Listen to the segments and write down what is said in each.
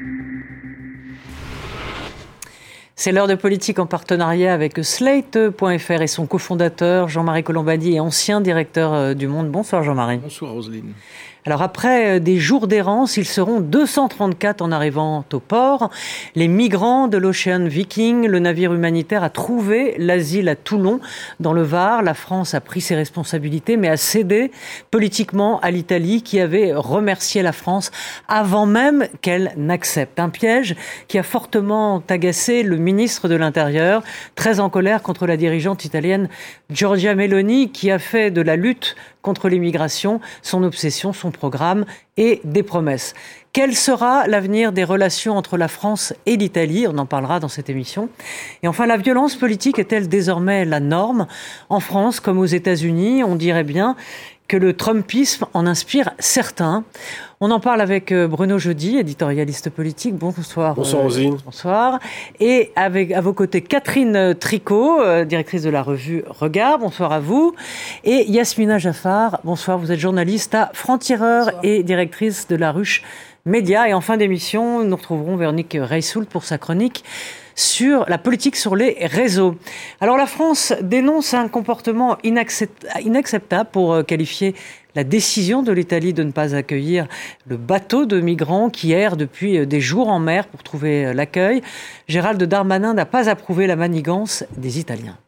C'est l'heure de politique en partenariat avec Slate.fr et son cofondateur Jean-Marie Colombani et ancien directeur du Monde. Bonsoir Jean-Marie. Bonsoir Roselyne. Alors après des jours d'errance, ils seront 234 en arrivant au port. Les migrants de l'Ocean Viking, le navire humanitaire, a trouvé l'asile à Toulon, dans le Var. La France a pris ses responsabilités, mais a cédé politiquement à l'Italie, qui avait remercié la France avant même qu'elle n'accepte. Un piège qui a fortement agacé le ministre de l'Intérieur, très en colère contre la dirigeante italienne Giorgia Meloni, qui a fait de la lutte contre l'immigration son obsession, son programme et des promesses. Quel sera l'avenir des relations entre la France et l'Italie ? On en parlera dans cette émission. Et enfin, la violence politique est-elle désormais la norme ? En France, comme aux États-Unis, on dirait bien que le trumpisme en inspire certains. On en parle avec Bruno Jeudi, éditorialiste politique. Bonsoir. Bonsoir Rosine. Bonsoir. Et à vos côtés, Catherine Tricot, directrice de la revue Regard. Bonsoir à vous. Et Yasmina Jaffar. Bonsoir. Vous êtes journaliste à Franc-Tireur et directrice de La Ruche Média. Et en fin d'émission, nous retrouverons Véronique Reissoul pour sa chronique sur la politique sur les réseaux. Alors la France dénonce un comportement inacceptable pour qualifier la décision de l'Italie de ne pas accueillir le bateau de migrants qui erre depuis des jours en mer pour trouver l'accueil. Gérald Darmanin n'a pas approuvé la manigance des Italiens.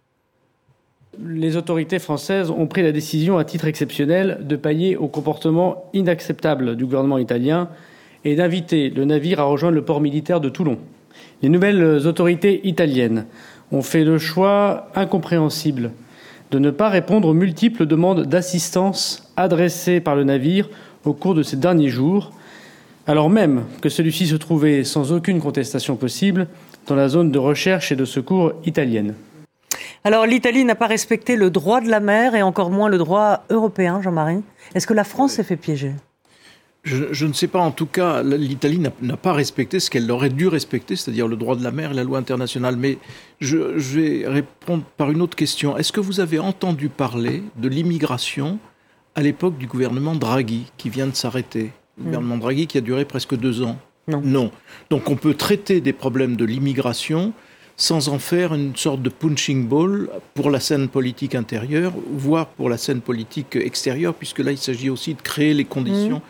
Les autorités françaises ont pris la décision à titre exceptionnel de pallier au comportement inacceptable du gouvernement italien et d'inviter le navire à rejoindre le port militaire de Toulon. Les nouvelles autorités italiennes ont fait le choix incompréhensible de ne pas répondre aux multiples demandes d'assistance adressées par le navire au cours de ces derniers jours, alors même que celui-ci se trouvait sans aucune contestation possible dans la zone de recherche et de secours italienne. Alors l'Italie n'a pas respecté le droit de la mer et encore moins le droit européen, Jean-Marie. Est-ce que la France s'est fait piéger ? Je ne sais pas, en tout cas, l'Italie n'a pas respecté ce qu'elle aurait dû respecter, c'est-à-dire le droit de la mer et la loi internationale. Mais je vais répondre par une autre question. Est-ce que vous avez entendu parler de l'immigration à l'époque du gouvernement Draghi, qui vient de s'arrêter ? Le gouvernement Draghi qui a duré presque 2 ans. Non. Donc on peut traiter des problèmes de l'immigration sans en faire une sorte de punching ball pour la scène politique intérieure, voire pour la scène politique extérieure, puisque là il s'agit aussi de créer les conditions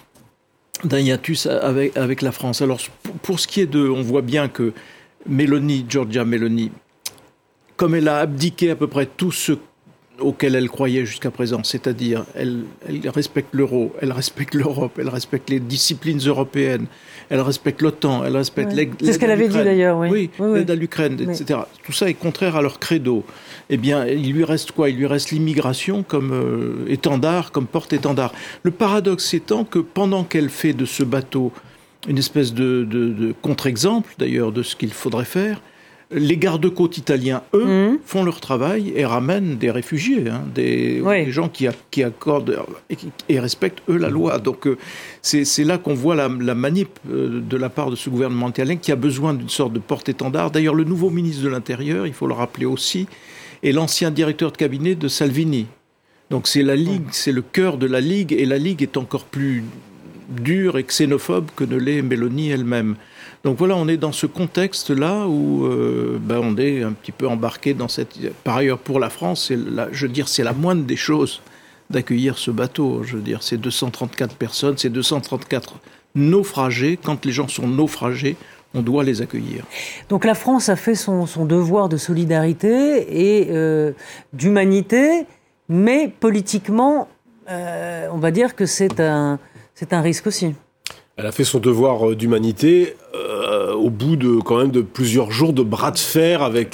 d'un hiatus avec la France. Alors, pour ce qui est on voit bien que Giorgia Meloni, comme elle a abdiqué à peu près tout ce auquel elle croyait jusqu'à présent, c'est-à-dire elle respecte l'euro, elle respecte l'Europe, elle respecte les disciplines européennes, elle respecte l'OTAN, elle respecte l'aide à l'Ukraine. C'est ce qu'elle avait dit d'ailleurs, oui. Oui, l'aide à l'Ukraine, etc. Tout ça est contraire à leur credo. Eh bien, il lui reste quoi ? Il lui reste l'immigration comme étendard, comme porte-étendard. Le paradoxe étant que pendant qu'elle fait de ce bateau une espèce de contre-exemple, d'ailleurs, de ce qu'il faudrait faire, les gardes-côtes italiens, eux, font leur travail et ramènent des réfugiés, des gens qui accordent et respectent, eux, la loi. Donc, c'est là qu'on voit la manip de la part de ce gouvernement italien qui a besoin d'une sorte de porte-étendard. D'ailleurs, le nouveau ministre de l'Intérieur, il faut le rappeler aussi, est l'ancien directeur de cabinet de Salvini. Donc, c'est la Ligue, c'est le cœur de la Ligue, et la Ligue est encore plus dure et xénophobe que ne l'est Meloni elle-même. Donc voilà, on est dans ce contexte-là où on est un petit peu embarqué dans cette... Par ailleurs, pour la France, c'est la moindre des choses d'accueillir ce bateau. Je veux dire, c'est 234 personnes, c'est 234 naufragés. Quand les gens sont naufragés, on doit les accueillir. Donc la France a fait son devoir de solidarité et d'humanité, mais politiquement, on va dire que c'est un risque aussi. Elle a fait son devoir d'humanité au bout de plusieurs jours de bras de fer avec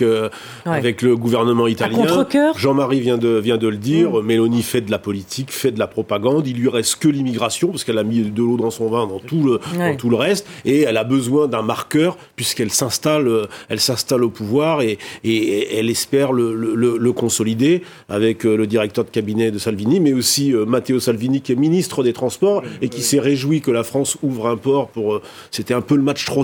le gouvernement italien. À contre-cœur. Jean-Marie vient de le dire. Meloni fait de la politique, fait de la propagande. Il lui reste que l'immigration parce qu'elle a mis de l'eau dans son vin dans tout le reste, et elle a besoin d'un marqueur puisqu'elle s'installe au pouvoir et elle espère le consolider avec le directeur de cabinet de Salvini, mais aussi Matteo Salvini qui est ministre des Transports et qui s'est réjoui que la France ouvre un port c'était un peu le match trop tour.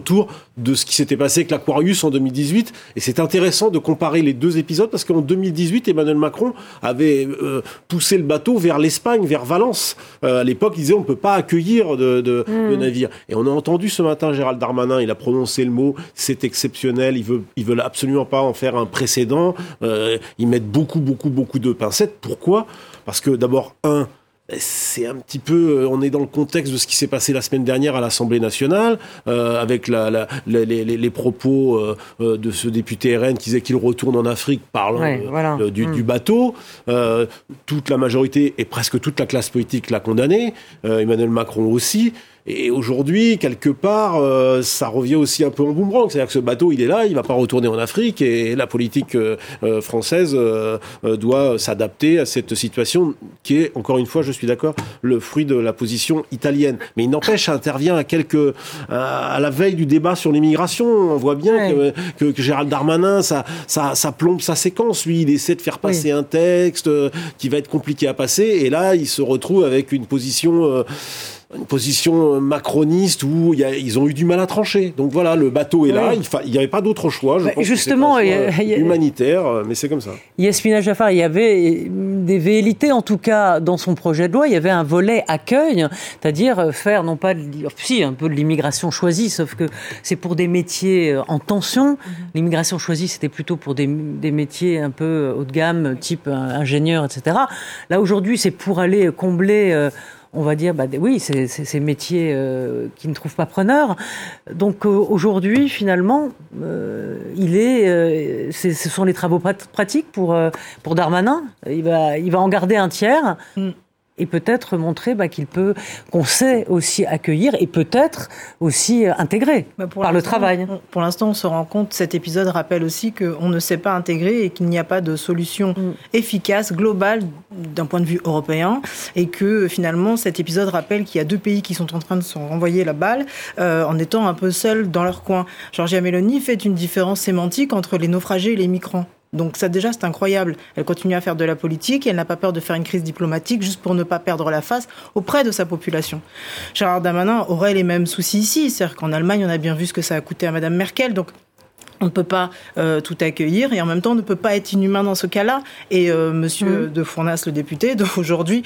de ce qui s'était passé avec l'Aquarius en 2018. Et c'est intéressant de comparer les deux épisodes parce qu'en 2018, Emmanuel Macron avait poussé le bateau vers l'Espagne, vers Valence. À l'époque, il disait on ne peut pas accueillir de navires. Et on a entendu ce matin Gérald Darmanin, il a prononcé le mot, c'est exceptionnel, ils veulent absolument pas en faire un précédent. Ils mettent beaucoup de pincettes. Pourquoi ? Parce que d'abord, c'est un petit peu, on est dans le contexte de ce qui s'est passé la semaine dernière à l'Assemblée nationale, avec les propos de ce député RN qui disait qu'il retourne en Afrique parlant du bateau. Toute la majorité et presque toute la classe politique l'a condamné, Emmanuel Macron aussi. Et aujourd'hui, quelque part, ça revient aussi un peu en boomerang. C'est-à-dire que ce bateau, il est là, il ne va pas retourner en Afrique et la politique française doit s'adapter à cette situation qui est, encore une fois, je suis d'accord, le fruit de la position italienne. Mais il n'empêche, ça intervient à la veille du débat sur l'immigration. On voit bien que Gérald Darmanin, ça plombe sa séquence. Lui, il essaie de faire passer un texte qui va être compliqué à passer. Et là, il se retrouve avec une position macroniste où ils ont eu du mal à trancher. Donc voilà, le bateau est là, il n'y avait pas d'autre choix. Je pense justement, que c'est un choix humanitaire, mais c'est comme ça. Yasmina Jaffar, il y avait des velléités, en tout cas, dans son projet de loi. Il y avait un volet accueil, c'est-à-dire faire non pas un peu de l'immigration choisie, sauf que c'est pour des métiers en tension. L'immigration choisie, c'était plutôt pour des métiers un peu haut de gamme, type ingénieur, etc. Là, aujourd'hui, c'est pour aller combler... on va dire, c'est ces métiers qui ne trouvent pas preneur. Donc aujourd'hui, finalement, ce sont les travaux pratiques pour Darmanin. Il va en garder un tiers. Et peut-être montrer qu'on sait aussi accueillir et peut-être aussi intégrer par le travail. Pour l'instant, on se rend compte, cet épisode rappelle aussi qu'on ne sait pas intégrer et qu'il n'y a pas de solution efficace, globale, d'un point de vue européen, et que finalement, cet épisode rappelle qu'il y a 2 pays qui sont en train de se renvoyer la balle en étant un peu seuls dans leur coin. Giorgia Meloni fait une différence sémantique entre les naufragés et les migrants. Donc ça déjà c'est incroyable. Elle continue à faire de la politique et elle n'a pas peur de faire une crise diplomatique juste pour ne pas perdre la face auprès de sa population. Gérald Darmanin aurait les mêmes soucis ici. C'est-à-dire qu'en Allemagne on a bien vu ce que ça a coûté à Madame Merkel. Donc on ne peut pas tout accueillir et en même temps on ne peut pas être inhumain dans ce cas-là. Et Monsieur de Fournas, le député, d'aujourd'hui,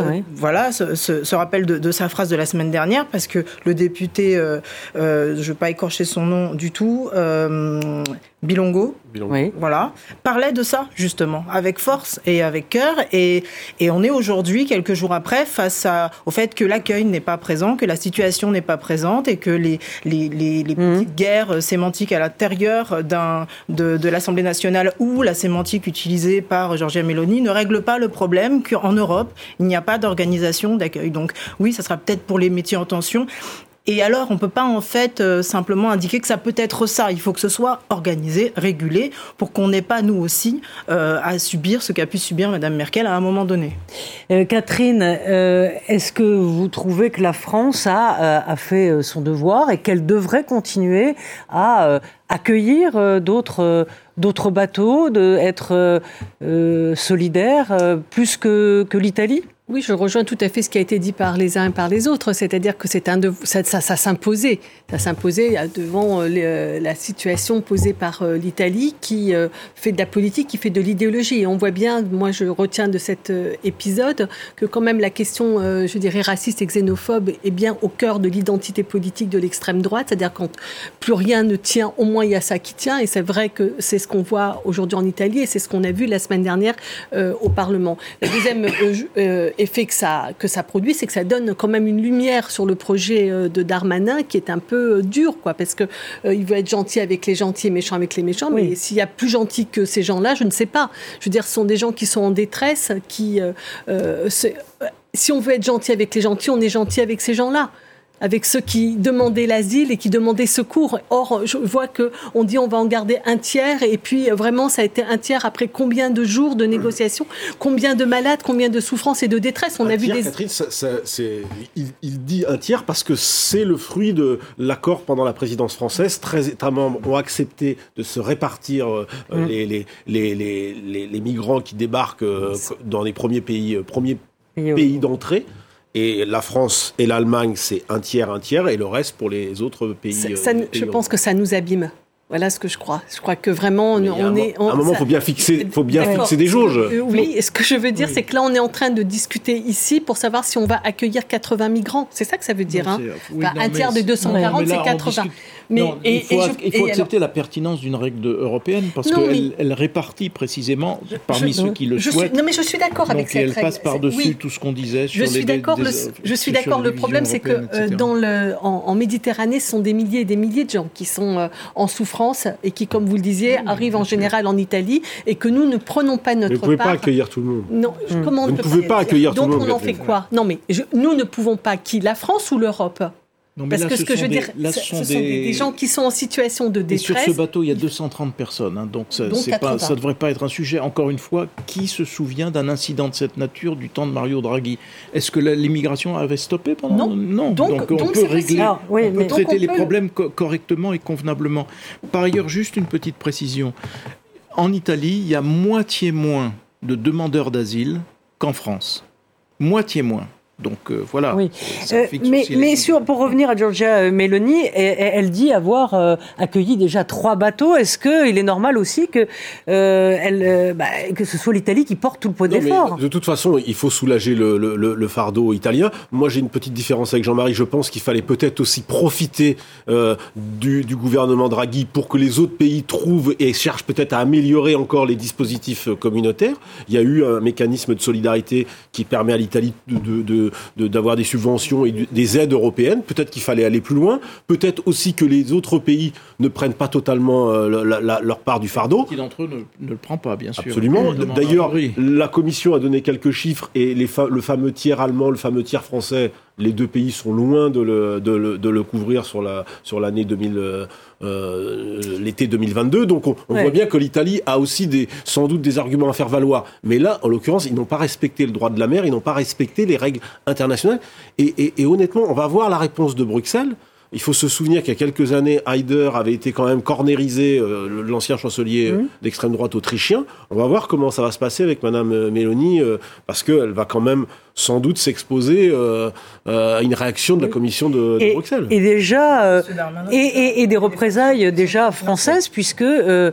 se rappelle de sa phrase de la semaine dernière parce que le député, je ne vais pas écorcher son nom du tout, Bilongo. Voilà, parlait de ça justement avec force et avec cœur et on est aujourd'hui quelques jours après face au fait que l'accueil n'est pas présent, que la situation n'est pas présente et que les petites guerres sémantiques à l'intérieur de l'Assemblée nationale ou la sémantique utilisée par Giorgia Meloni ne règle pas le problème qu'en Europe il n'y a pas d'organisation d'accueil. Donc oui, ça sera peut-être pour les métiers en tension. Et alors, on ne peut pas en fait simplement indiquer que ça peut être ça. Il faut que ce soit organisé, régulé, pour qu'on n'ait pas, nous aussi, à subir ce qu'a pu subir Mme Merkel à un moment donné. Catherine, est-ce que vous trouvez que la France a fait son devoir et qu'elle devrait continuer à accueillir d'autres bateaux, d'être solidaire plus que l'Italie ? Oui, je rejoins tout à fait ce qui a été dit par les uns et par les autres, c'est-à-dire que ça s'imposait devant la situation posée par l'Italie qui fait de la politique, qui fait de l'idéologie. Et on voit bien, moi je retiens de cet épisode, que quand même la question, je dirais, raciste et xénophobe est bien au cœur de l'identité politique de l'extrême droite, c'est-à-dire quand plus rien ne tient, au moins il y a ça qui tient, et c'est vrai que c'est ce qu'on voit aujourd'hui en Italie, et c'est ce qu'on a vu la semaine dernière au Parlement. Le deuxième effet que ça produit, c'est que ça donne quand même une lumière sur le projet de Darmanin qui est un peu dur, parce que il veut être gentil avec les gentils et méchant avec les méchants, mais s'il y a plus gentil que ces gens-là, je ne sais pas. Je veux dire, ce sont des gens qui sont en détresse, si on veut être gentil avec les gentils, on est gentil avec ces gens-là, avec ceux qui demandaient l'asile et qui demandaient secours. Or, je vois qu'on dit on va en garder un tiers, et puis vraiment, ça a été un tiers après combien de jours de négociations, combien de malades, combien de souffrances et de détresse. On a vu des... Catherine, il dit un tiers parce que c'est le fruit de l'accord pendant la présidence française. 13 États membres ont accepté de se répartir les migrants qui débarquent dans les premiers pays d'entrée. Et la France et l'Allemagne, c'est un tiers, et le reste pour les autres pays. Je pense que ça nous abîme. Voilà ce que je crois. Je crois que vraiment, à un moment, il faut bien fixer des jauges. Oui, et ce que je veux dire, c'est que là, on est en train de discuter ici pour savoir si on va accueillir 80 migrants. C'est ça que ça veut dire. Un tiers de 240, c'est 80. Il faut accepter la pertinence d'une règle européenne parce qu'elle répartit précisément parmi ceux qui le souhaitent. Non, mais je suis d'accord avec cette règle. Donc elle passe par-dessus tout ce qu'on disait sur je suis d'accord. Le problème, c'est que en Méditerranée, ce sont des milliers et des milliers de gens qui sont en souffrance et qui, comme vous le disiez, arrivent en général en Italie et que nous ne prenons pas notre part. Mais vous ne pouvez pas accueillir tout le monde. Non, comment vous ne pouvez pas accueillir tout le monde. Donc on en fait quoi ? Non, mais nous ne pouvons pas. Qui ? La France ou l'Europe ? Parce que ce que je veux dire, ce sont des gens qui sont en situation de détresse. Et sur ce bateau, il y a 230 personnes, donc ça ne devrait pas être un sujet. Encore une fois, qui se souvient d'un incident de cette nature du temps de Mario Draghi ? Est-ce que l'immigration avait stoppé pendant ? Non. Donc on peut régler, on peut traiter les problèmes correctement et convenablement. Par ailleurs, juste une petite précision. En Italie, il y a moitié moins de demandeurs d'asile qu'en France. Moitié moins. Donc voilà. Oui. Mais pour revenir à Giorgia Meloni, elle dit avoir accueilli déjà 3 bateaux. Est-ce qu'il est normal aussi que ce soit l'Italie qui porte tout le poids d'effort ? De toute façon, il faut soulager le fardeau italien. Moi, j'ai une petite différence avec Jean-Marie. Je pense qu'il fallait peut-être aussi profiter du gouvernement Draghi pour que les autres pays trouvent et cherchent peut-être à améliorer encore les dispositifs communautaires. Il y a eu un mécanisme de solidarité qui permet à l'Italie d'avoir des subventions et des aides européennes. Peut-être qu'il fallait aller plus loin. Peut-être aussi que les autres pays ne prennent pas totalement leur part du fardeau. Qui d'entre eux ne le prend pas, bien sûr. Absolument. D'ailleurs, la Commission a donné quelques chiffres et le fameux tiers allemand, le fameux tiers français, les 2 pays sont loin de le couvrir sur l'année l'été 2022. Donc on voit bien que l'Italie a aussi sans doute des arguments à faire valoir. Mais là, en l'occurrence, ils n'ont pas respecté le droit de la mer, ils n'ont pas respecté les règles internationales. Et honnêtement, on va voir la réponse de Bruxelles. Il faut se souvenir qu'il y a quelques années, Haider avait été quand même cornérisé, l'ancien chancelier d'extrême droite autrichien. On va voir comment ça va se passer avec Madame Meloni, parce qu'elle va quand même sans doute s'exposer à une réaction de la Commission de Bruxelles. Et déjà, et des représailles déjà françaises, puisque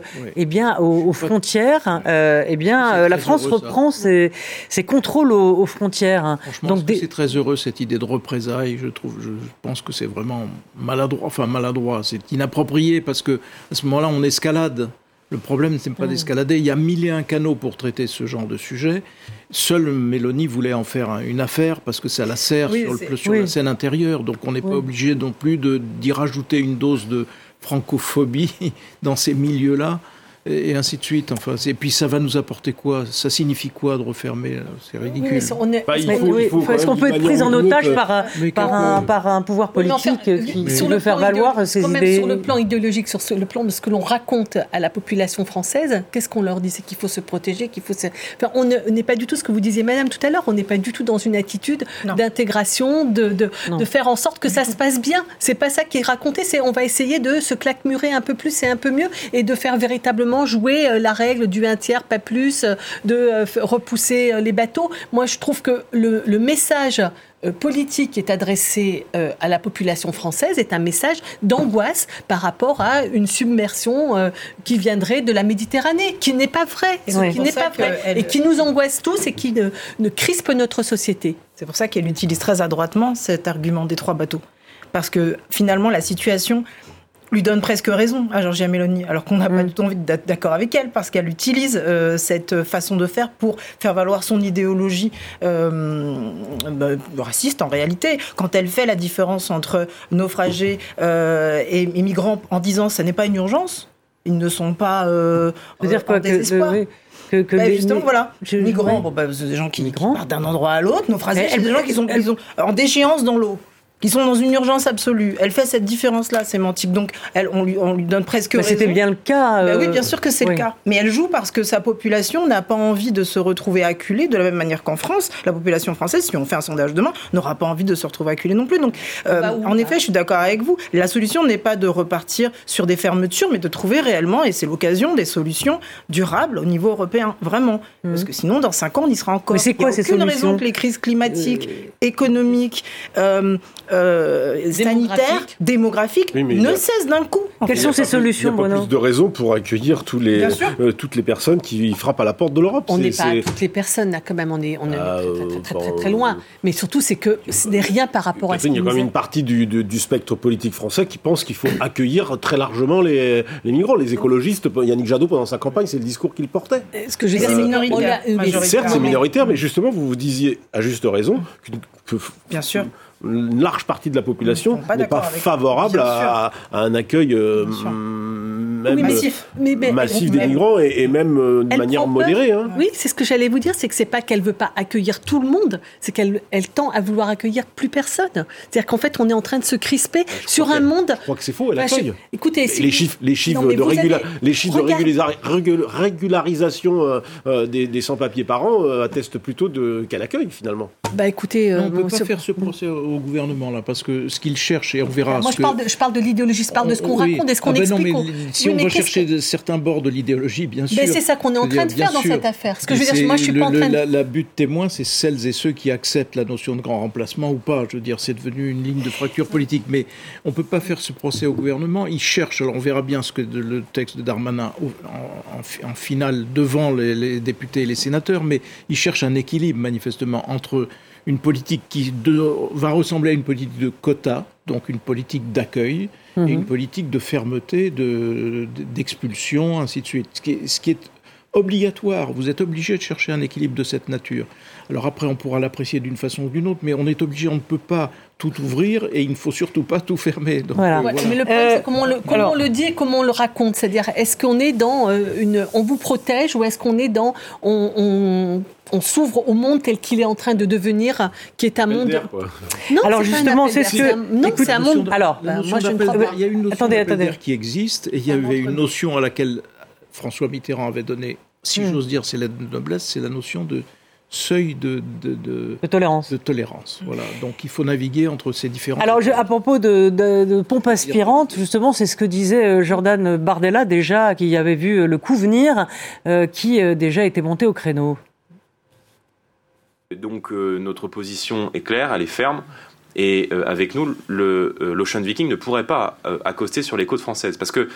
aux frontières, la France reprend ses contrôles aux frontières. Franchement, c'est très heureux cette idée de représailles. Je pense que c'est vraiment maladroit, c'est inapproprié parce que à ce moment-là, on escalade. Le problème, ce n'est pas d'escalader. Il y a 1001 canaux pour traiter ce genre de sujet. Seule Mélanie voulait en faire une affaire parce que ça la sert sur la scène intérieure. Donc on n'est pas obligé non plus d'y rajouter une dose de francophobie dans ces milieux-là. Et ainsi de suite. Et puis ça va nous apporter quoi ? Ça signifie quoi de refermer ? C'est ridicule. Est-ce qu'on peut être pris en otage par un pouvoir politique qui veut faire valoir ses idées ? Sur le plan idéologique, sur le plan de ce que l'on raconte à la population française, qu'est-ce qu'on leur dit ? C'est qu'il faut se protéger, on n'est pas du tout ce que vous disiez, madame, tout à l'heure, on n'est pas du tout dans une attitude d'intégration, de faire en sorte que ça se passe bien. C'est pas ça qui est raconté, on va essayer de se claquemurer un peu plus et un peu mieux et de faire véritablement jouer la règle du 1 tiers, pas plus, de repousser les bateaux. Moi, je trouve que le message politique qui est adressé à la population française est un message d'angoisse par rapport à une submersion qui viendrait de la Méditerranée, qui n'est pas vrai, et qui nous angoisse tous et qui ne crispe notre société. C'est pour ça qu'elle utilise très adroitement cet argument des 3 bateaux. Parce que finalement, la situation lui donne presque raison à Giorgia Meloni, alors qu'on n'a pas du tout envie d'être d'accord avec elle, parce qu'elle utilise cette façon de faire pour faire valoir son idéologie raciste en réalité. Quand elle fait la différence entre naufragés et migrants en disant ça n'est pas une urgence, ils ne sont pas en désespoir. Justement, migrants, c'est des gens qui partent d'un endroit à l'autre, naufragés, c'est des gens qui sont en déchéance dans l'eau. qui sont dans une urgence absolue. Elle fait cette différence-là sémantique. Donc, on lui donne presque raison. C'était bien le cas. Oui, bien sûr que c'est le cas. Mais elle joue parce que sa population n'a pas envie de se retrouver acculée, de la même manière qu'en France. La population française, si on fait un sondage demain, n'aura pas envie de se retrouver acculée non plus. Donc, en effet, je suis d'accord avec vous. La solution n'est pas de repartir sur des fermetures, mais de trouver réellement, et c'est l'occasion, des solutions durables au niveau européen. Vraiment. Parce que sinon, dans 5 ans, on y sera encore. Mais c'est quoi ces solutions ? Il n'y a aucune raison que les crises climatiques, économiques, sanitaires, démographiques ne cessent d'un coup. Quelles sont ces solutions, Bruno ? Il n'y a pas plus de raisons pour accueillir toutes les personnes qui frappent à la porte de l'Europe. On n'est pas à toutes les personnes, là, quand même, on est très loin. Mais surtout, c'est que ce n'est rien par rapport à ce qu'il y a quand même une partie du spectre politique français qui pense qu'il faut accueillir très largement les migrants. Les écologistes, Yannick Jadot, pendant sa campagne, c'est le discours qu'il portait. Ce que je veux dire, c'est minoritaire. Certes, c'est minoritaire, mais justement, vous disiez, à juste raison, que bien sûr. Une large partie de la population n'est pas favorable à un accueil massif des migrants et même de manière modérée. Hein. Oui, c'est ce que j'allais vous dire, c'est que c'est pas qu'elle veut pas accueillir tout le monde, c'est qu'elle tend à vouloir accueillir plus personne. C'est-à-dire qu'en fait, on est en train de se crisper sur un monde. Je crois que c'est faux, elle accueille. Écoutez, les chiffres de régularisation des sans-papiers par an attestent plutôt qu'elle accueille finalement. Écoutez, on ne peut pas faire ce procès au gouvernement là, parce que ce qu'il cherche, et on verra. Moi, je parle de l'idéologie, je parle de ce qu'on raconte et ce qu'on explique. Si on va chercher certains bords de l'idéologie, bien sûr. Mais c'est ça qu'on est en train de faire dans cette affaire. Ce que je veux dire, moi, je suis pas en train de... La but témoin, c'est celles et ceux qui acceptent la notion de grand remplacement ou pas. Je veux dire, c'est devenu une ligne de fracture politique. Mais on ne peut pas faire ce procès au gouvernement. Il cherche, alors on verra bien ce que le texte de Darmanin en finale devant les députés et les sénateurs, mais il cherche un équilibre manifestement entre une politique qui va ressembler à une politique de quotas, donc une politique d'accueil, et une politique de fermeté, d'expulsion, ainsi de suite. Ce qui est obligatoire. Vous êtes obligé de chercher un équilibre de cette nature. Alors après, on pourra l'apprécier d'une façon ou d'une autre, mais on est obligé, on ne peut pas tout ouvrir et il ne faut surtout pas tout fermer. Donc, voilà. Mais le problème, c'est comment on le dit et comment on le raconte. C'est-à-dire, est-ce qu'on est dans on vous protège ou est-ce qu'on est dans on s'ouvre au monde tel qu'il est en train de devenir, qui est un monde... Non, alors justement, c'est ce que... Non, c'est un monde... Alors, moi, je ne crois pas. Il y a une notion d'appel d'air qui existe, et il y avait une notion à laquelle François Mitterrand avait donné, si j'ose dire, c'est la noblesse, c'est la notion de seuil de tolérance. Voilà. Donc il faut naviguer entre ces différents... Alors à propos de pompe aspirante, justement, c'est ce que disait Jordan Bardella, déjà, qui avait vu le coup venir, qui déjà était monté au créneau. Donc notre position est claire, elle est ferme. Et avec nous, l'Ocean Viking ne pourrait pas accoster sur les côtes françaises. Parce que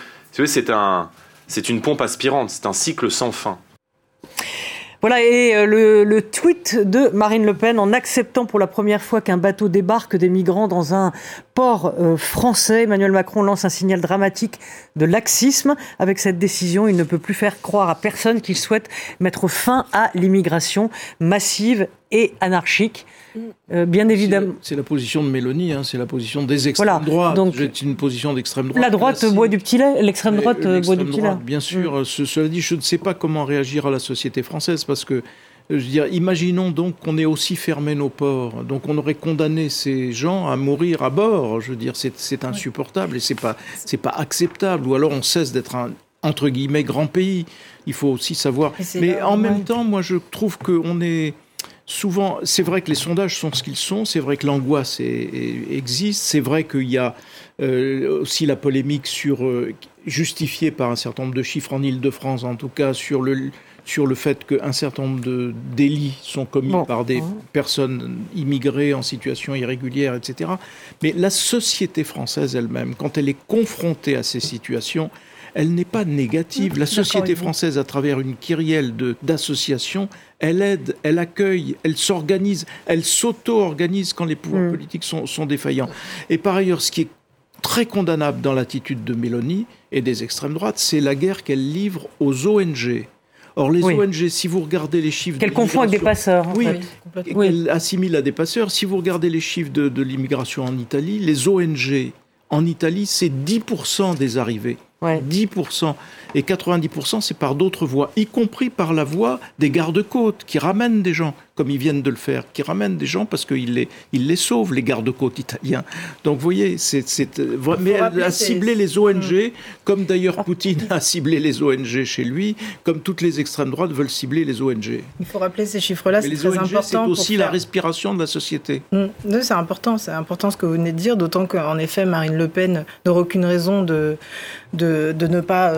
c'est une pompe aspirante, c'est un cycle sans fin. Voilà, et le tweet de Marine Le Pen en acceptant pour la première fois qu'un bateau débarque des migrants dans un port français. Emmanuel Macron lance un signal dramatique de laxisme. Avec cette décision, il ne peut plus faire croire à personne qu'il souhaite mettre fin à l'immigration massive et anarchique. Bien évidemment. C'est la position de Mélanie, c'est la position des extrêmes droites. Donc, c'est une position d'extrême droite. La droite boit du petit lait, l'extrême droite boit du petit lait. Bien sûr. Cela dit, je ne sais pas comment réagir à la société française parce que, je veux dire, imaginons donc qu'on ait aussi fermé nos ports. Donc on aurait condamné ces gens à mourir à bord. Je veux dire, c'est insupportable et c'est pas acceptable. Ou alors on cesse d'être un, entre guillemets, grand pays. Il faut aussi savoir. Mais en même temps, moi je trouve qu'on est... Souvent, c'est vrai que les sondages sont ce qu'ils sont, c'est vrai que l'angoisse existe, c'est vrai qu'il y a aussi la polémique justifiée par un certain nombre de chiffres en Île-de-France, en tout cas sur le fait qu'un certain nombre de délits sont commis par des personnes immigrées en situation irrégulière, etc. Mais la société française elle-même, quand elle est confrontée à ces situations, elle n'est pas négative. La société française, à travers une kyrielle d'associations, elle aide, elle accueille, elle s'organise, elle s'auto-organise quand les pouvoirs politiques sont défaillants. Et par ailleurs, ce qui est très condamnable dans l'attitude de Mélanie et des extrêmes droites, c'est la guerre qu'elle livre aux ONG. Or, les ONG, si vous regardez les chiffres... Qu'elle confond avec des passeurs. Oui, qu'elle assimile à des passeurs. Si vous regardez les chiffres de l'immigration en Italie, les ONG en Italie, c'est 10% des arrivées. 10%. Et 90%, c'est par d'autres voies, y compris par la voie des gardes-côtes, qui ramènent des gens, comme ils viennent de le faire, qui ramènent des gens parce qu'ils les sauvent, les gardes-côtes italiens. Donc, vous voyez, mais elle a ciblé les ONG, comme d'ailleurs Poutine a ciblé les ONG chez lui, comme toutes les extrêmes droites veulent cibler les ONG. Il faut rappeler ces chiffres-là, c'est très ONG, important. C'est aussi la respiration de la société. C'est important ce que vous venez de dire, d'autant qu'en effet, Marine Le Pen n'aura aucune raison de ne pas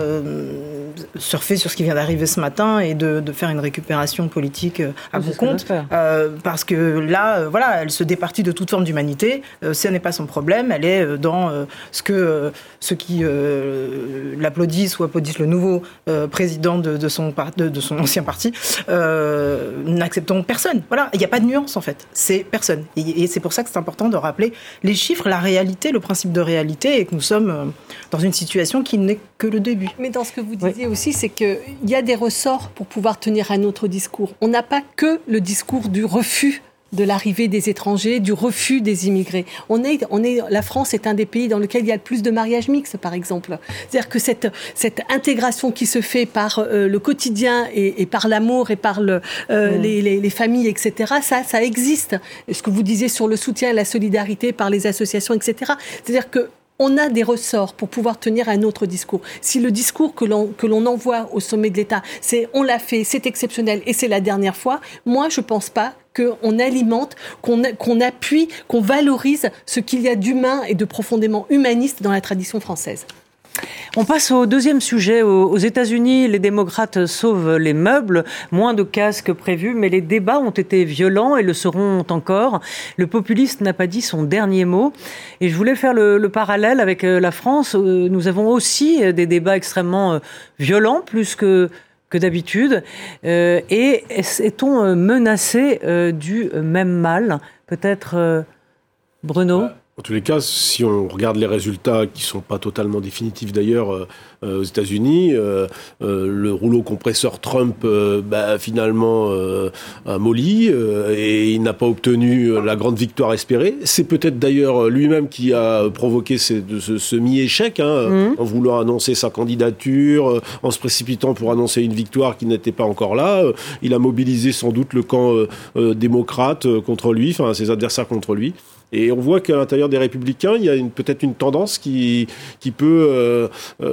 surfer sur ce qui vient d'arriver ce matin et de faire une récupération politique à bon compte. Parce que là, elle se départit de toute forme d'humanité. Ce n'est pas son problème. Elle est dans ce que ceux qui l'applaudissent ou applaudissent le nouveau président de son ancien parti n'accepteront personne. Voilà, il n'y a pas de nuance en fait. C'est personne. Et c'est pour ça que c'est important de rappeler les chiffres, la réalité, le principe de réalité, et que nous sommes dans une situation qui n'est que le début. Mais dans ce que vous disiez aussi, c'est qu'il y a des ressorts pour pouvoir tenir un autre discours. On n'a pas que le discours du refus de l'arrivée des étrangers, du refus des immigrés. La France est un des pays dans lequel il y a le plus de mariages mixtes, par exemple. C'est-à-dire que cette intégration qui se fait par le quotidien et par l'amour et par les familles, etc., ça existe. Ce que vous disiez sur le soutien et la solidarité par les associations, etc. C'est-à-dire que on a des ressorts pour pouvoir tenir un autre discours. Si le discours que l'on envoie au sommet de l'État, c'est « on l'a fait, c'est exceptionnel et c'est la dernière fois », moi, je ne pense pas qu'on alimente, qu'on appuie, qu'on valorise ce qu'il y a d'humain et de profondément humaniste dans la tradition française. On passe au deuxième sujet. Aux États-Unis, les démocrates sauvent les meubles, moins de casse que prévu, mais les débats ont été violents et le seront encore. Le populiste n'a pas dit son dernier mot. Et je voulais faire le parallèle avec la France. Nous avons aussi des débats extrêmement violents, plus que d'habitude. Et est-on menacé du même mal ? Peut-être Bruno ? En tous les cas, si on regarde les résultats qui ne sont pas totalement définitifs d'ailleurs aux États-Unis, le rouleau compresseur Trump finalement a molli et il n'a pas obtenu la grande victoire espérée. C'est peut-être d'ailleurs lui-même qui a provoqué ce semi-échec en voulant annoncer sa candidature, en se précipitant pour annoncer une victoire qui n'était pas encore là. Il a mobilisé sans doute le camp démocrate contre lui, enfin ses adversaires contre lui. Et on voit qu'à l'intérieur des Républicains, il y a peut-être une tendance qui peut,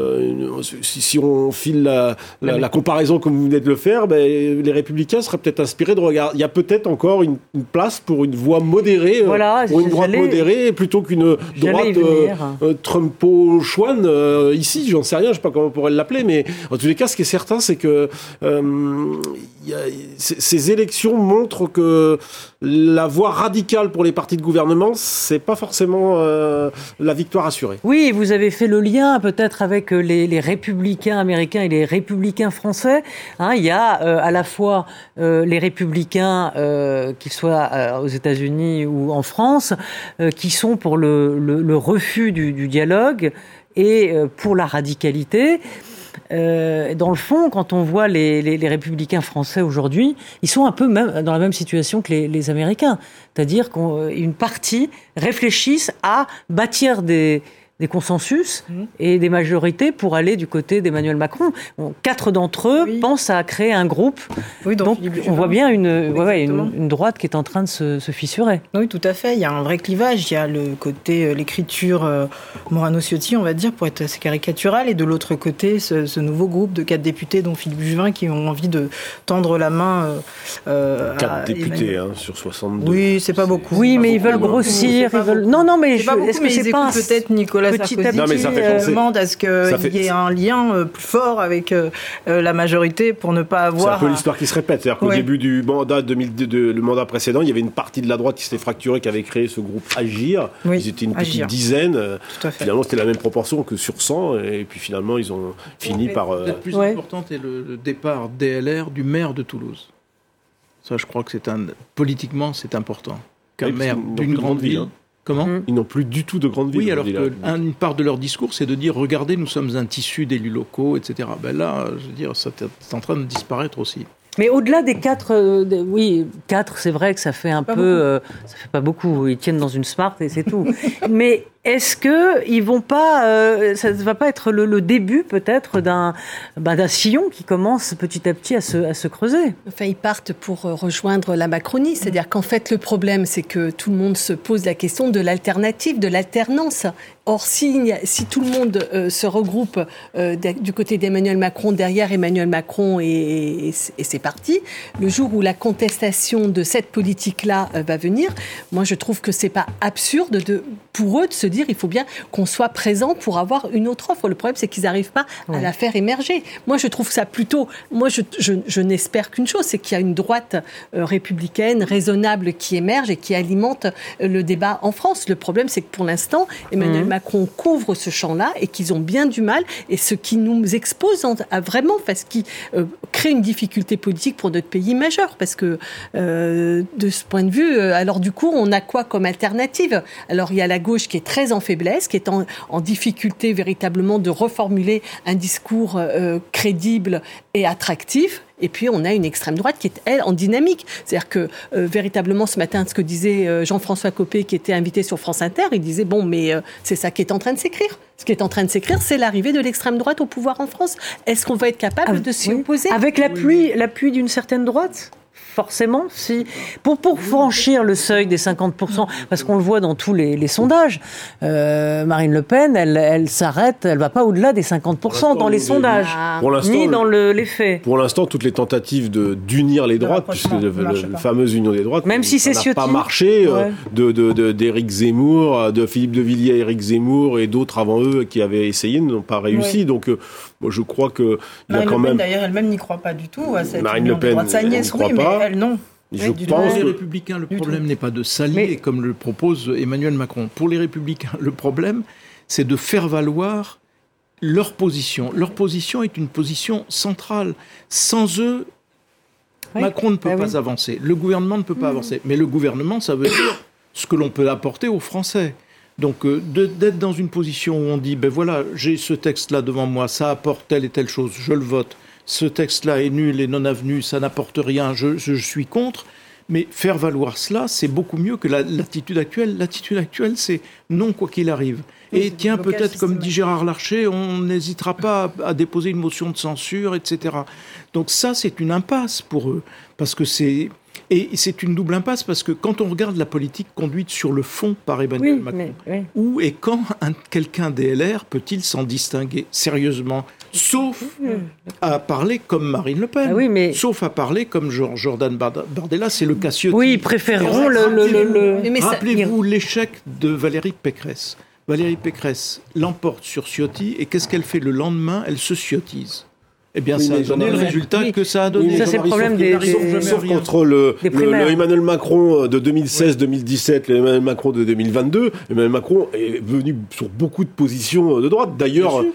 si on file la comparaison comme vous venez de le faire, les Républicains seraient peut-être inspirés de regarder. Il y a peut-être encore une place pour une voix modérée, pour une droite modérée, plutôt qu'une droite Trumpo-chouane ici. J'en sais rien, je ne sais pas comment on pourrait l'appeler, mais en tous les cas, ce qui est certain, c'est que ces élections montrent que la voie radicale pour les partis de gouvernement, c'est pas forcément la victoire assurée. Oui, vous avez fait le lien peut-être avec les républicains américains et les républicains français. Il y a à la fois les républicains, qu'ils soient aux États-Unis ou en France, qui sont pour le refus du dialogue et pour la radicalité. Dans le fond, quand on voit les républicains français aujourd'hui, ils sont un peu même dans la même situation que les Américains. C'est-à-dire qu'une partie réfléchissent à bâtir des consensus et des majorités pour aller du côté d'Emmanuel Macron. 4 d'entre eux pensent à créer un groupe. Oui, donc on voit bien une droite qui est en train de se fissurer. Oui, tout à fait. Il y a un vrai clivage. Il y a le côté, l'écriture Morano-Ciotti, on va dire, pour être assez caricatural, et de l'autre côté, ce nouveau groupe de 4 députés, dont Philippe Juvin, qui ont envie de tendre la main 4 députés sur 62. Oui, c'est pas beaucoup. Oui, mais ils veulent grossir. Non, mais est-ce que c'est pas peut-être Nicolas Sarkozy demande à ce qu'il y ait un lien plus fort avec la majorité pour ne pas avoir... C'est un peu l'histoire qui se répète. C'est-à-dire qu'au début du mandat le mandat précédent, il y avait une partie de la droite qui s'était fracturée, qui avait créé ce groupe Agir. Ils étaient une petite dizaine. Finalement, c'était la même proportion que sur 100. Et puis finalement, ils ont fini par... La plus importante est le départ DLR du maire de Toulouse. Ça, je crois que politiquement, c'est important. Qu'un maire d'une grande ville... Comment ? Ils n'ont plus du tout de grande ville. Oui, alors qu'une part de leur discours, c'est de dire, regardez, nous sommes un tissu d'élus locaux, etc. Là, je veux dire, c'est en train de disparaître aussi. Mais au-delà des 4, 4, c'est vrai que ça fait un peu... ça fait pas beaucoup, ils tiennent dans une Smart et c'est tout. Mais Est-ce que ils vont pas, ça ne va pas être le début peut-être d'un sillon qui commence petit à petit à se creuser? Enfin, ils partent pour rejoindre la Macronie. C'est-à-dire qu'en fait, le problème, c'est que tout le monde se pose la question de l'alternative, de l'alternance. Or, si tout le monde se regroupe du côté d'Emmanuel Macron, derrière Emmanuel Macron et c'est parti, le jour où la contestation de cette politique-là va venir, moi je trouve que c'est pas absurde pour eux de se dire il faut bien qu'on soit présent pour avoir une autre offre. Le problème, c'est qu'ils n'arrivent pas à la faire émerger. Moi, je trouve ça plutôt... Moi, je n'espère qu'une chose, c'est qu'il y a une droite républicaine, raisonnable, qui émerge et qui alimente le débat en France. Le problème, c'est que pour l'instant, Emmanuel Macron couvre ce champ-là et qu'ils ont bien du mal. Et ce qui nous expose à vraiment, parce qu'il crée une difficulté politique pour notre pays majeure. Parce que de ce point de vue, alors du coup, on a quoi comme alternative? Alors, il y a la gauche qui est très en faiblesse, qui est en difficulté véritablement de reformuler un discours crédible et attractif. Et puis, on a une extrême droite qui est, elle, en dynamique. C'est-à-dire que, véritablement, ce matin, ce que disait Jean-François Copé, qui était invité sur France Inter, il disait, bon, mais c'est ça qui est en train de s'écrire. Ce qui est en train de s'écrire, c'est l'arrivée de l'extrême droite au pouvoir en France. Est-ce qu'on va être capable de s'y opposer? Avec l'appui d'une certaine droite? Forcément, si pour franchir le seuil des 50%, parce qu'on le voit dans tous les sondages, Marine Le Pen, elle s'arrête, elle va pas au-delà des 50% dans les sondages, ni dans les faits. Pour l'instant, toutes les tentatives d'unir les droites, puisque la fameuse union des droites, même si c'est ça n'a pas marché, d'Éric Zemmour, de Philippe de Villiers, Éric Zemmour et d'autres avant eux qui avaient essayé n'ont pas réussi. Ouais. Donc, moi, je crois que il y a quand même. D'ailleurs, elle-même n'y croit pas du tout à cette Marine union Le Pen, des droites. Sa nièce, oui, mais elle non. Je pense que les Républicains, le problème n'est pas de s'allier comme le propose Emmanuel Macron. Pour les Républicains, le problème, c'est de faire valoir leur position. Leur position est une position centrale. Sans eux, Macron ne peut pas avancer. Le gouvernement ne peut pas avancer. Mais le gouvernement, ça veut dire ce que l'on peut apporter aux Français. Donc, d'être dans une position où on dit, ben voilà, j'ai ce texte-là devant moi, ça apporte telle et telle chose, je le vote. Ce texte-là est nul et non avenu, ça n'apporte rien, je suis contre. Mais faire valoir cela, c'est beaucoup mieux que l'attitude actuelle. L'attitude actuelle, c'est non quoi qu'il arrive. Et tiens, peut-être, comme dit Gérard Larcher, on n'hésitera pas à déposer une motion de censure, etc. Donc ça, c'est une impasse pour eux. Parce que c'est une double impasse, parce que quand on regarde la politique conduite sur le fond par Emmanuel Macron, où et quand quelqu'un des LR peut-il s'en distinguer sérieusement, sauf à parler comme Marine Le Pen, sauf à parler comme Jordan Bardella, c'est le cas Ciotti. Oui, ils préféreront Rappelez-vous l'échec de Valérie Pécresse. Valérie Pécresse l'emporte sur Ciotti, et qu'est-ce qu'elle fait le lendemain? Elle se ciotise. Eh bien, ça a donné le résultat que ça a donné. Ça, c'est le problème des sauf qu'entre le Emmanuel Macron de 2016-2017 et l'Emmanuel Macron de 2022, Emmanuel Macron est venu sur beaucoup de positions de droite. D'ailleurs,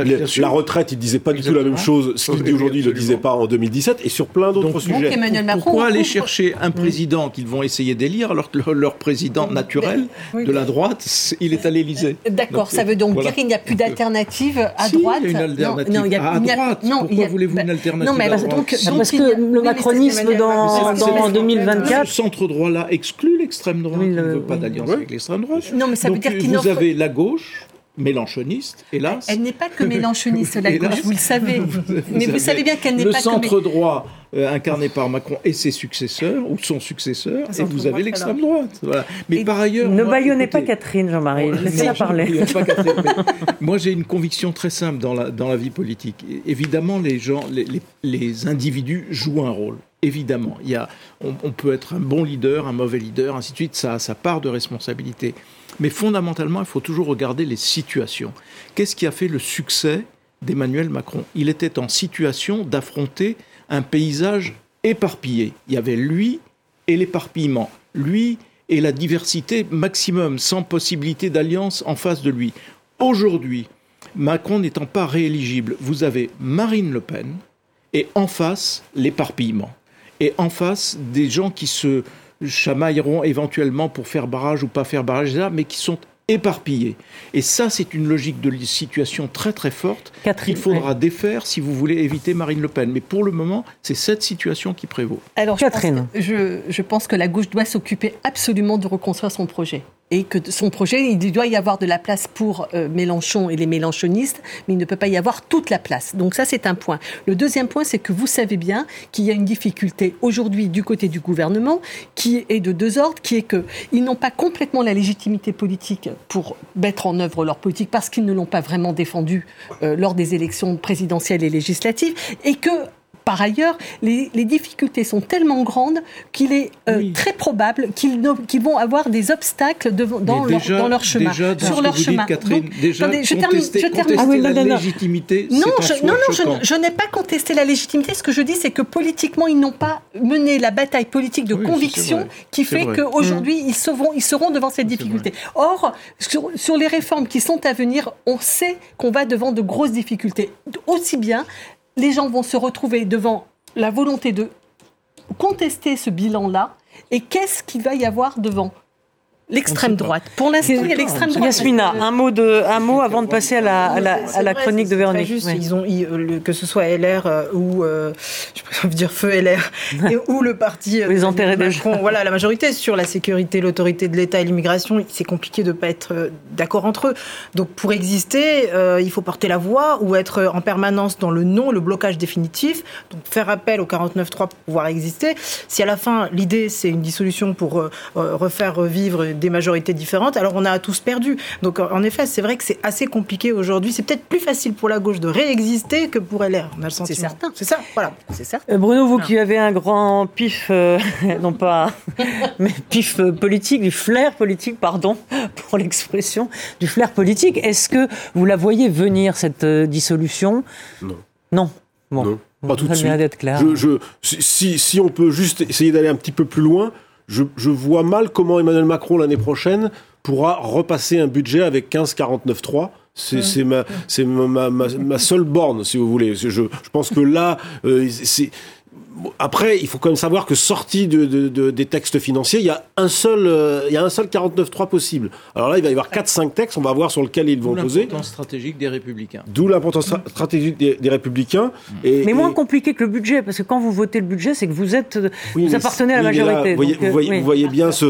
la retraite, il disait pas du tout la même chose. Ce qu'il dit aujourd'hui, il le disait pas en 2017, et sur plein d'autres sujets. Pourquoi aller chercher un président qu'ils vont essayer d'élire alors que leur président naturel de la droite, il est à l'Élysée? D'accord, ça veut donc dire qu'il n'y a plus d'alternative à droite. Il y a une alternative à droite. Pourquoi voulez-vous une alternative à droite? Parce que le macronisme dans 2024... Ce centre-droit-là exclut l'extrême droite. Il ne veut pas d'alliance avec l'extrême droite. Non, mais ça veut dire vous avez la gauche mélanchoniste, hélas. Elle n'est pas que mélanchoniste, la gauche, vous le savez. Mais vous savez bien qu'elle n'est pas que... Le centre-droit incarné par Macron et ses successeurs, ou son successeur, et vous avez l'extrême droite. Voilà. Mais par ailleurs... Ne bâillonnez pas Catherine, Jean-Marie, laissez-la parler. Moi, j'ai une conviction très simple dans la vie politique. Évidemment, les individus jouent un rôle. Évidemment, on peut être un bon leader, un mauvais leader, ainsi de suite, ça a sa part de responsabilité. Mais fondamentalement, il faut toujours regarder les situations. Qu'est-ce qui a fait le succès d'Emmanuel Macron? Il était en situation d'affronter un paysage éparpillé. Il y avait lui et l'éparpillement, lui et la diversité maximum, sans possibilité d'alliance en face de lui. Aujourd'hui, Macron n'étant pas rééligible, vous avez Marine Le Pen et en face l'éparpillement. Et en face des gens qui se chamailleront éventuellement pour faire barrage ou pas faire barrage, mais qui sont éparpillés. Et ça, c'est une logique de situation très très forte qu'il faudra défaire si vous voulez éviter Marine Le Pen. Mais pour le moment, c'est cette situation qui prévaut. Alors, Catherine, je pense que la gauche doit s'occuper absolument de reconstruire son projet. et que son projet, il doit y avoir de la place pour Mélenchon et les mélenchonistes, mais il ne peut pas y avoir toute la place. Donc ça, c'est un point. Le deuxième point, c'est que vous savez bien qu'il y a une difficulté aujourd'hui du côté du gouvernement, qui est de deux ordres, qui est qu'ils n'ont pas complètement la légitimité politique pour mettre en œuvre leur politique, parce qu'ils ne l'ont pas vraiment défendue lors des élections présidentielles et législatives, et que par ailleurs, les difficultés sont tellement grandes qu'il est très probable qu'ils vont avoir des obstacles dans leur chemin. Sur leur chemin. Catherine, donc, déjà, attendez, je termine. la légitimité, je n'ai pas contesté la légitimité. Ce que je dis, c'est que politiquement, ils n'ont pas mené la bataille politique de conviction qui fait qu'aujourd'hui, ils seront devant cette difficulté. Or, sur les réformes qui sont à venir, on sait qu'on va devant de grosses difficultés. Aussi bien, les gens vont se retrouver devant la volonté de contester ce bilan-là. Et qu'est-ce qu'il va y avoir devant l'extrême droite? Pour l'instant, il y a l'extrême droite. Yasmina, un mot avant de passer à la chronique de Véronique. Juste, ils ont, que ce soit LR ou, je préfère dire feu LR, ou le parti les intérêts Macron, voilà, la majorité sur la sécurité, l'autorité de l'État et l'immigration, c'est compliqué de ne pas être d'accord entre eux. Donc pour exister, il faut porter la voix ou être en permanence dans le non, le blocage définitif, donc faire appel au 49.3 pour pouvoir exister. Si à la fin, l'idée, c'est une dissolution pour refaire revivre des majorités différentes, alors on a tous perdu. Donc en effet, c'est vrai que c'est assez compliqué aujourd'hui. C'est peut-être plus facile pour la gauche de réexister que pour LR. On a le sentiment. C'est certain. C'est ça, voilà. C'est certain. Bruno, vous qui avez un grand pif, non pas, mais pif politique, du flair politique, pardon, pour l'expression, du flair politique, est-ce que vous la voyez venir, cette dissolution ? Non. Bon. Non. Pas tout de suite. D'être clair. Si on peut juste essayer d'aller un petit peu plus loin, je vois mal comment Emmanuel Macron, l'année prochaine, pourra repasser un budget avec 15,49,3. C'est ma seule borne, si vous voulez. Je pense que là, après, il faut quand même savoir que sorti des textes financiers, il y a un seul 49.3 possible. Alors là, il va y avoir 4-5 textes, on va voir sur lequel ils vont poser. D'où l'importance stratégique des Républicains. D'où l'importance stratégique des Républicains. Mais moins compliqué que le budget, parce que quand vous votez le budget, c'est que vous appartenez à la majorité. Vous voyez bien ces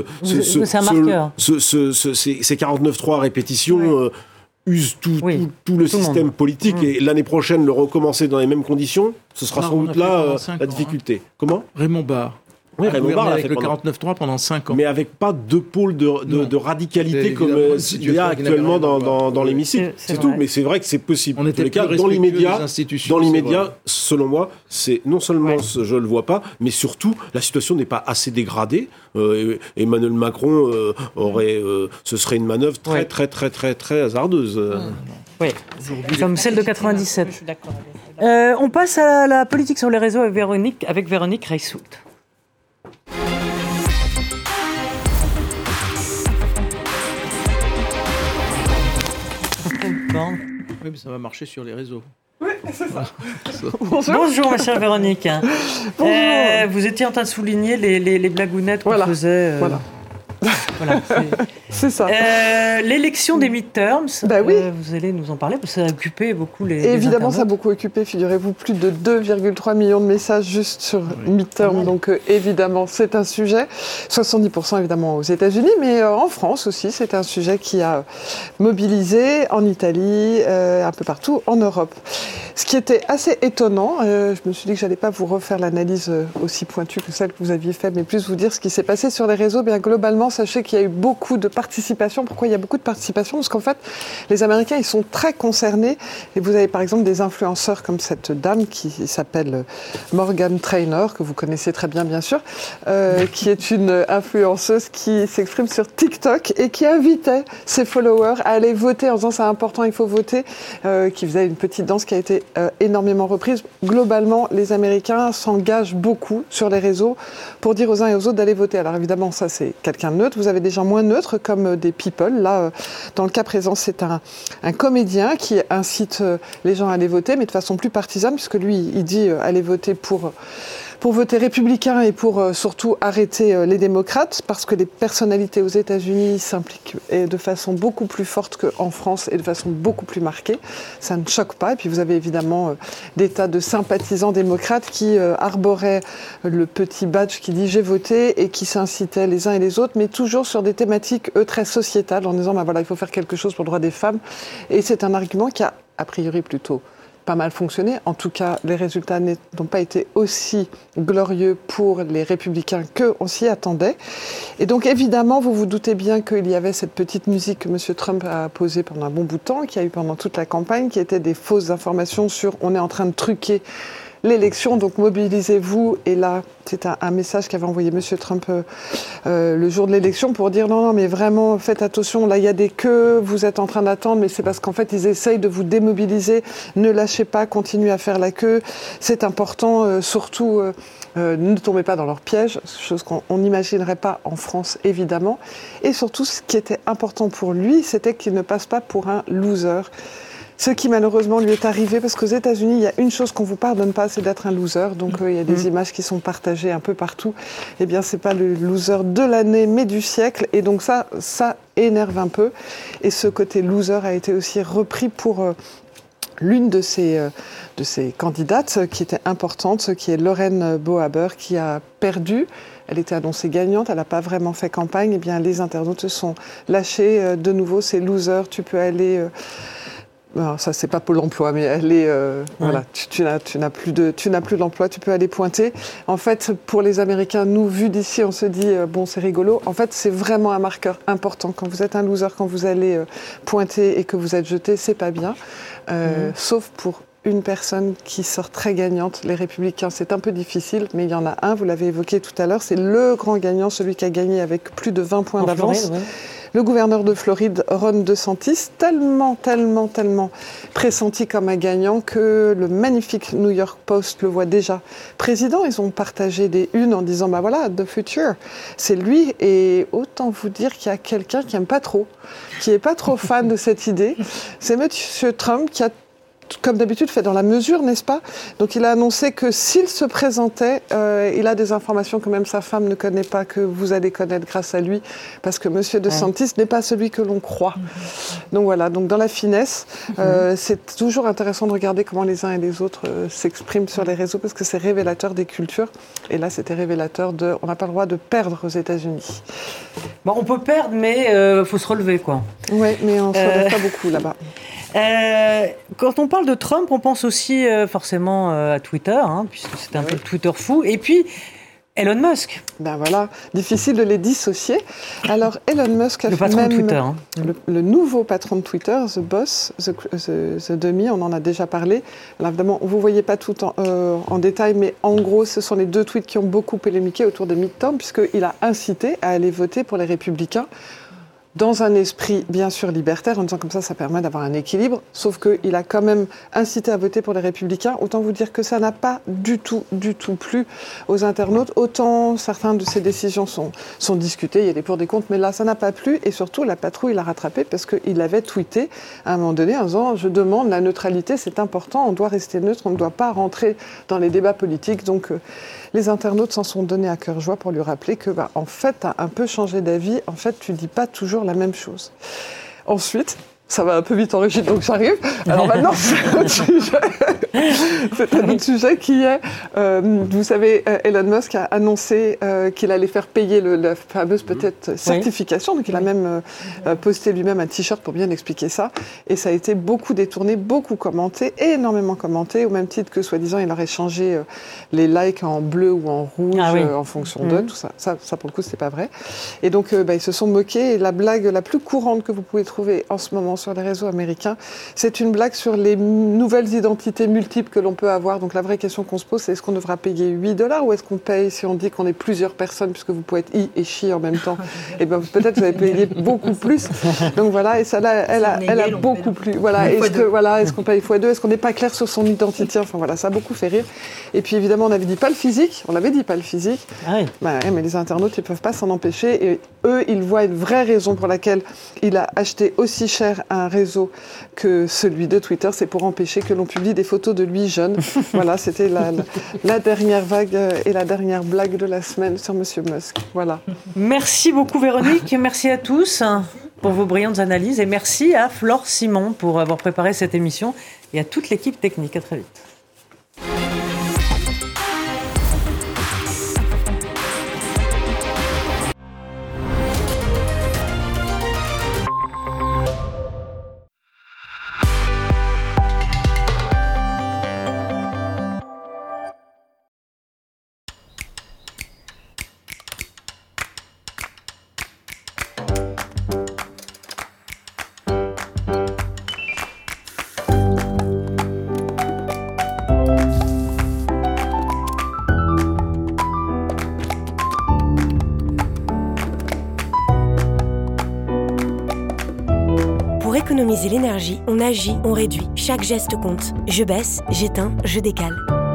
49.3 répétitions. Use tout le système politique et l'année prochaine le recommencer dans les mêmes conditions, ce sera sans doute là la difficulté. Comment ? Raymond Barre. Oui, Raymond Barre avec le 49.3 pendant 5 ans. Mais avec pas deux pôles de radicalité comme il y a actuellement dans l'hémicycle. C'est tout, mais c'est vrai que c'est possible. On était les cas, dans l'immédiat, selon moi, c'est non seulement je le vois pas, mais surtout la situation n'est pas assez dégradée. Emmanuel Macron ce serait une manœuvre très hasardeuse. Oui, comme celle de 97. Je suis d'accord. On passe à la politique sur les réseaux avec Véronique Reissoult. Oui, mais ça va marcher sur les réseaux. Oui, c'est ça. Bonjour, ma chère Véronique. Vous étiez en train de souligner les blagounettes qu'on faisait. Voilà, c'est ça. L'élection des midterms, vous allez nous en parler, parce que ça a occupé beaucoup les évidemment, ça a beaucoup occupé, figurez-vous, plus de 2,3 millions de messages juste sur midterm, donc évidemment, c'est un sujet. 70% évidemment aux États-Unis, mais en France aussi, c'est un sujet qui a mobilisé en Italie, un peu partout en Europe. Ce qui était assez étonnant, je me suis dit que j'allais pas vous refaire l'analyse aussi pointue que celle que vous aviez faite, mais plus vous dire ce qui s'est passé sur les réseaux. Bien globalement, sachez qu'il y a eu beaucoup de participation. Pourquoi il y a beaucoup de participation ? Parce qu'en fait, les Américains, ils sont très concernés. Et vous avez par exemple des influenceurs comme cette dame qui s'appelle Morgan Trainor, que vous connaissez très bien, bien sûr, qui est une influenceuse qui s'exprime sur TikTok et qui invitait ses followers à aller voter en disant c'est important, il faut voter, qui faisait une petite danse qui a été énormément reprise. Globalement, les Américains s'engagent beaucoup sur les réseaux pour dire aux uns et aux autres d'aller voter. Alors évidemment, ça c'est quelqu'un de neutre. Vous avez des gens moins neutres comme des people. Là, dans le cas présent, c'est un comédien qui incite les gens à aller voter, mais de façon plus partisane, puisque lui, il dit allez voter pour pour voter républicain et pour surtout arrêter les démocrates, parce que les personnalités aux États-Unis s'impliquent de façon beaucoup plus forte qu'en France et de façon beaucoup plus marquée. Ça ne choque pas. Et puis vous avez évidemment des tas de sympathisants démocrates qui arboraient le petit badge qui dit « j'ai voté » et qui s'incitaient les uns et les autres, mais toujours sur des thématiques, eux, très sociétales, en disant voilà, il faut faire quelque chose pour le droit des femmes. Et c'est un argument qui a priori plutôt pas mal fonctionné. En tout cas, les résultats n'ont pas été aussi glorieux pour les républicains qu'on s'y attendait. Et donc, évidemment, vous vous doutez bien qu'il y avait cette petite musique que M. Trump a posée pendant un bon bout de temps, qu'il y a eu pendant toute la campagne, qui étaient des fausses informations sur « on est en train de truquer l'élection, donc mobilisez-vous ». Et là, c'est un message qu'avait envoyé M. Trump le jour de l'élection pour dire non, mais vraiment, faites attention, là, il y a des queues, vous êtes en train d'attendre, mais c'est parce qu'en fait, ils essayent de vous démobiliser. Ne lâchez pas, continuez à faire la queue. C'est important, surtout, ne tombez pas dans leur piège, chose qu'on n'imaginerait pas en France, évidemment. Et surtout, ce qui était important pour lui, c'était qu'il ne passe pas pour un loser. Ce qui malheureusement lui est arrivé, parce qu'aux États-Unis, il y a une chose qu'on ne vous pardonne pas, c'est d'être un loser. Donc il y a des images qui sont partagées un peu partout. Eh bien, c'est pas le loser de l'année, mais du siècle. Et donc ça énerve un peu. Et ce côté loser a été aussi repris pour l'une de ces candidates qui était importante, qui est Lauren Boebert, qui a perdu. Elle était annoncée gagnante, elle n'a pas vraiment fait campagne. Eh bien, les internautes se sont lâchés. De nouveau, c'est loser, tu peux aller... Alors ça, c'est pas Pôle emploi, mais elle est, voilà, tu n'as plus d'emploi, tu peux aller pointer. En fait, pour les Américains, nous, vu d'ici, on se dit, bon, c'est rigolo. En fait, c'est vraiment un marqueur important. Quand vous êtes un loser, quand vous allez pointer et que vous êtes jeté, c'est pas bien. Sauf pour une personne qui sort très gagnante. Les Républicains, c'est un peu difficile, mais il y en a un, vous l'avez évoqué tout à l'heure, c'est le grand gagnant, celui qui a gagné avec plus de 20 points d'avance. Le gouverneur de Floride, Ron DeSantis, tellement pressenti comme un gagnant que le magnifique New York Post le voit déjà président. Ils ont partagé des unes en disant, bah voilà, the future, c'est lui. Et autant vous dire qu'il y a quelqu'un qui n'aime pas trop, qui n'est pas trop fan de cette idée. C'est M. Trump qui a, comme d'habitude, fait dans la mesure, n'est-ce pas? Donc il a annoncé que s'il se présentait, il a des informations que même sa femme ne connaît pas, que vous allez connaître grâce à lui, parce que M. DeSantis n'est pas celui que l'on croit. Donc voilà, donc dans la finesse, c'est toujours intéressant de regarder comment les uns et les autres s'expriment sur les réseaux, parce que c'est révélateur des cultures. Et là, c'était révélateur on n'a pas le droit de perdre aux États-Unis. Bon, on peut perdre, mais faut se relever, quoi. Oui, mais on ne se relève pas beaucoup là-bas. Quand on parle de Trump, on pense aussi forcément à Twitter, puisque c'est un peu le Twitter fou. Et puis, Elon Musk. Ben voilà, difficile de les dissocier. Alors, Elon Musk a le patron de Twitter. Le nouveau patron de Twitter, The Boss, The Dummy, on en a déjà parlé. Alors, évidemment, vous ne voyez pas tout en détail, mais en gros, ce sont les deux tweets qui ont beaucoup polémiqué autour des midterms, puisqu'il a incité à aller voter pour les Républicains, dans un esprit bien sûr libertaire, en disant comme ça permet d'avoir un équilibre, sauf qu'il a quand même incité à voter pour les Républicains. Autant vous dire que ça n'a pas du tout plu aux internautes. Autant certains de ces décisions sont discutées, il y a des pour des contre, mais là ça n'a pas plu. Et surtout la patrouille l'a rattrapé parce qu'il avait tweeté à un moment donné en disant « Je demande la neutralité, c'est important, on doit rester neutre, on ne doit pas rentrer dans les débats politiques ». Donc les internautes s'en sont donnés à cœur joie pour lui rappeler que en fait, tu as un peu changé d'avis, en fait tu dis pas toujours la même chose. Ensuite, ça va un peu vite en régie, donc j'arrive. Alors maintenant, c'est un autre sujet. C'est un autre sujet qui est, vous savez, Elon Musk a annoncé qu'il allait faire payer la fameuse peut-être certification. Donc il a même posté lui-même un t-shirt pour bien expliquer ça. Et ça a été beaucoup détourné, beaucoup commenté, énormément commenté, au même titre que soi-disant il aurait changé les likes en bleu ou en rouge en fonction de tout ça. Ça pour le coup, c'est pas vrai. Et donc ils se sont moqués. Et la blague la plus courante que vous pouvez trouver en ce moment sur les réseaux américains, c'est une blague sur les nouvelles identités multiples que l'on peut avoir. Donc la vraie question qu'on se pose, c'est est-ce qu'on devra payer $8 ou est-ce qu'on paye si on dit qu'on est plusieurs personnes, puisque vous pouvez être I et Chi en même temps. Et bien peut-être vous allez payer beaucoup plus. Donc voilà, et ça là, elle a beaucoup plus. Voilà, est-ce qu'on paye x2? Est-ce qu'on n'est pas clair sur son identité? Enfin voilà, ça a beaucoup fait rire. Et puis évidemment, on avait dit pas le physique. On l'avait dit pas le physique. Mais les internautes, ils peuvent pas s'en empêcher. Et eux, ils voient une vraie raison pour laquelle il a acheté aussi cher un réseau que celui de Twitter, c'est pour empêcher que l'on publie des fausses photo de lui jeune. Voilà, c'était la dernière vague et la dernière blague de la semaine sur Monsieur Musk. Voilà. Merci beaucoup Véronique, merci à tous pour vos brillantes analyses et merci à Flore Simon pour avoir préparé cette émission et à toute l'équipe technique. À très vite. Pour économiser l'énergie, on agit, on réduit. Chaque geste compte. Je baisse, j'éteins, je décale.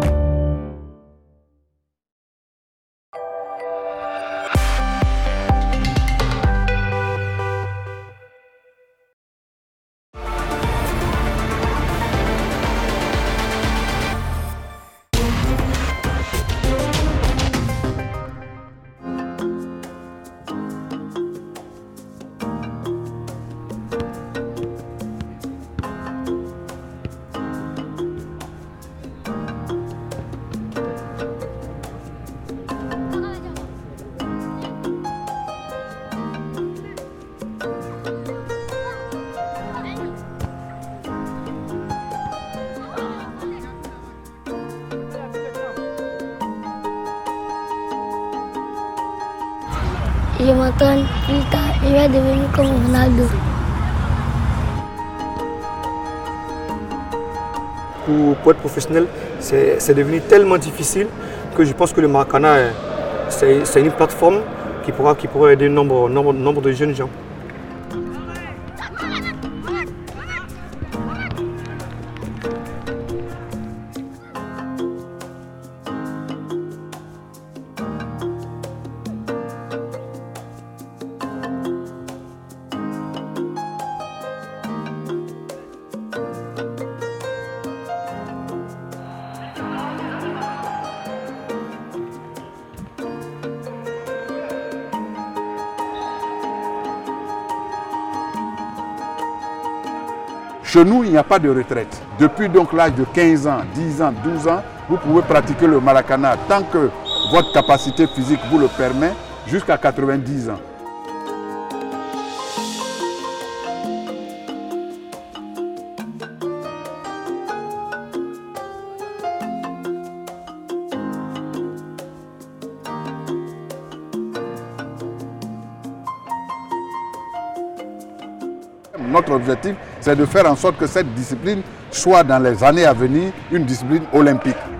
Je m'entraîne plus tard, je vais devenir comme Ronaldo. Pour être professionnel, c'est devenu tellement difficile que je pense que le Maracana, c'est une plateforme qui pourra aider nombre de jeunes gens. Chez nous, il n'y a pas de retraite. Depuis donc l'âge de 15 ans, 10 ans, 12 ans, vous pouvez pratiquer le Maracana tant que votre capacité physique vous le permet, jusqu'à 90 ans. Notre objectif, c'est de faire en sorte que cette discipline soit dans les années à venir une discipline olympique.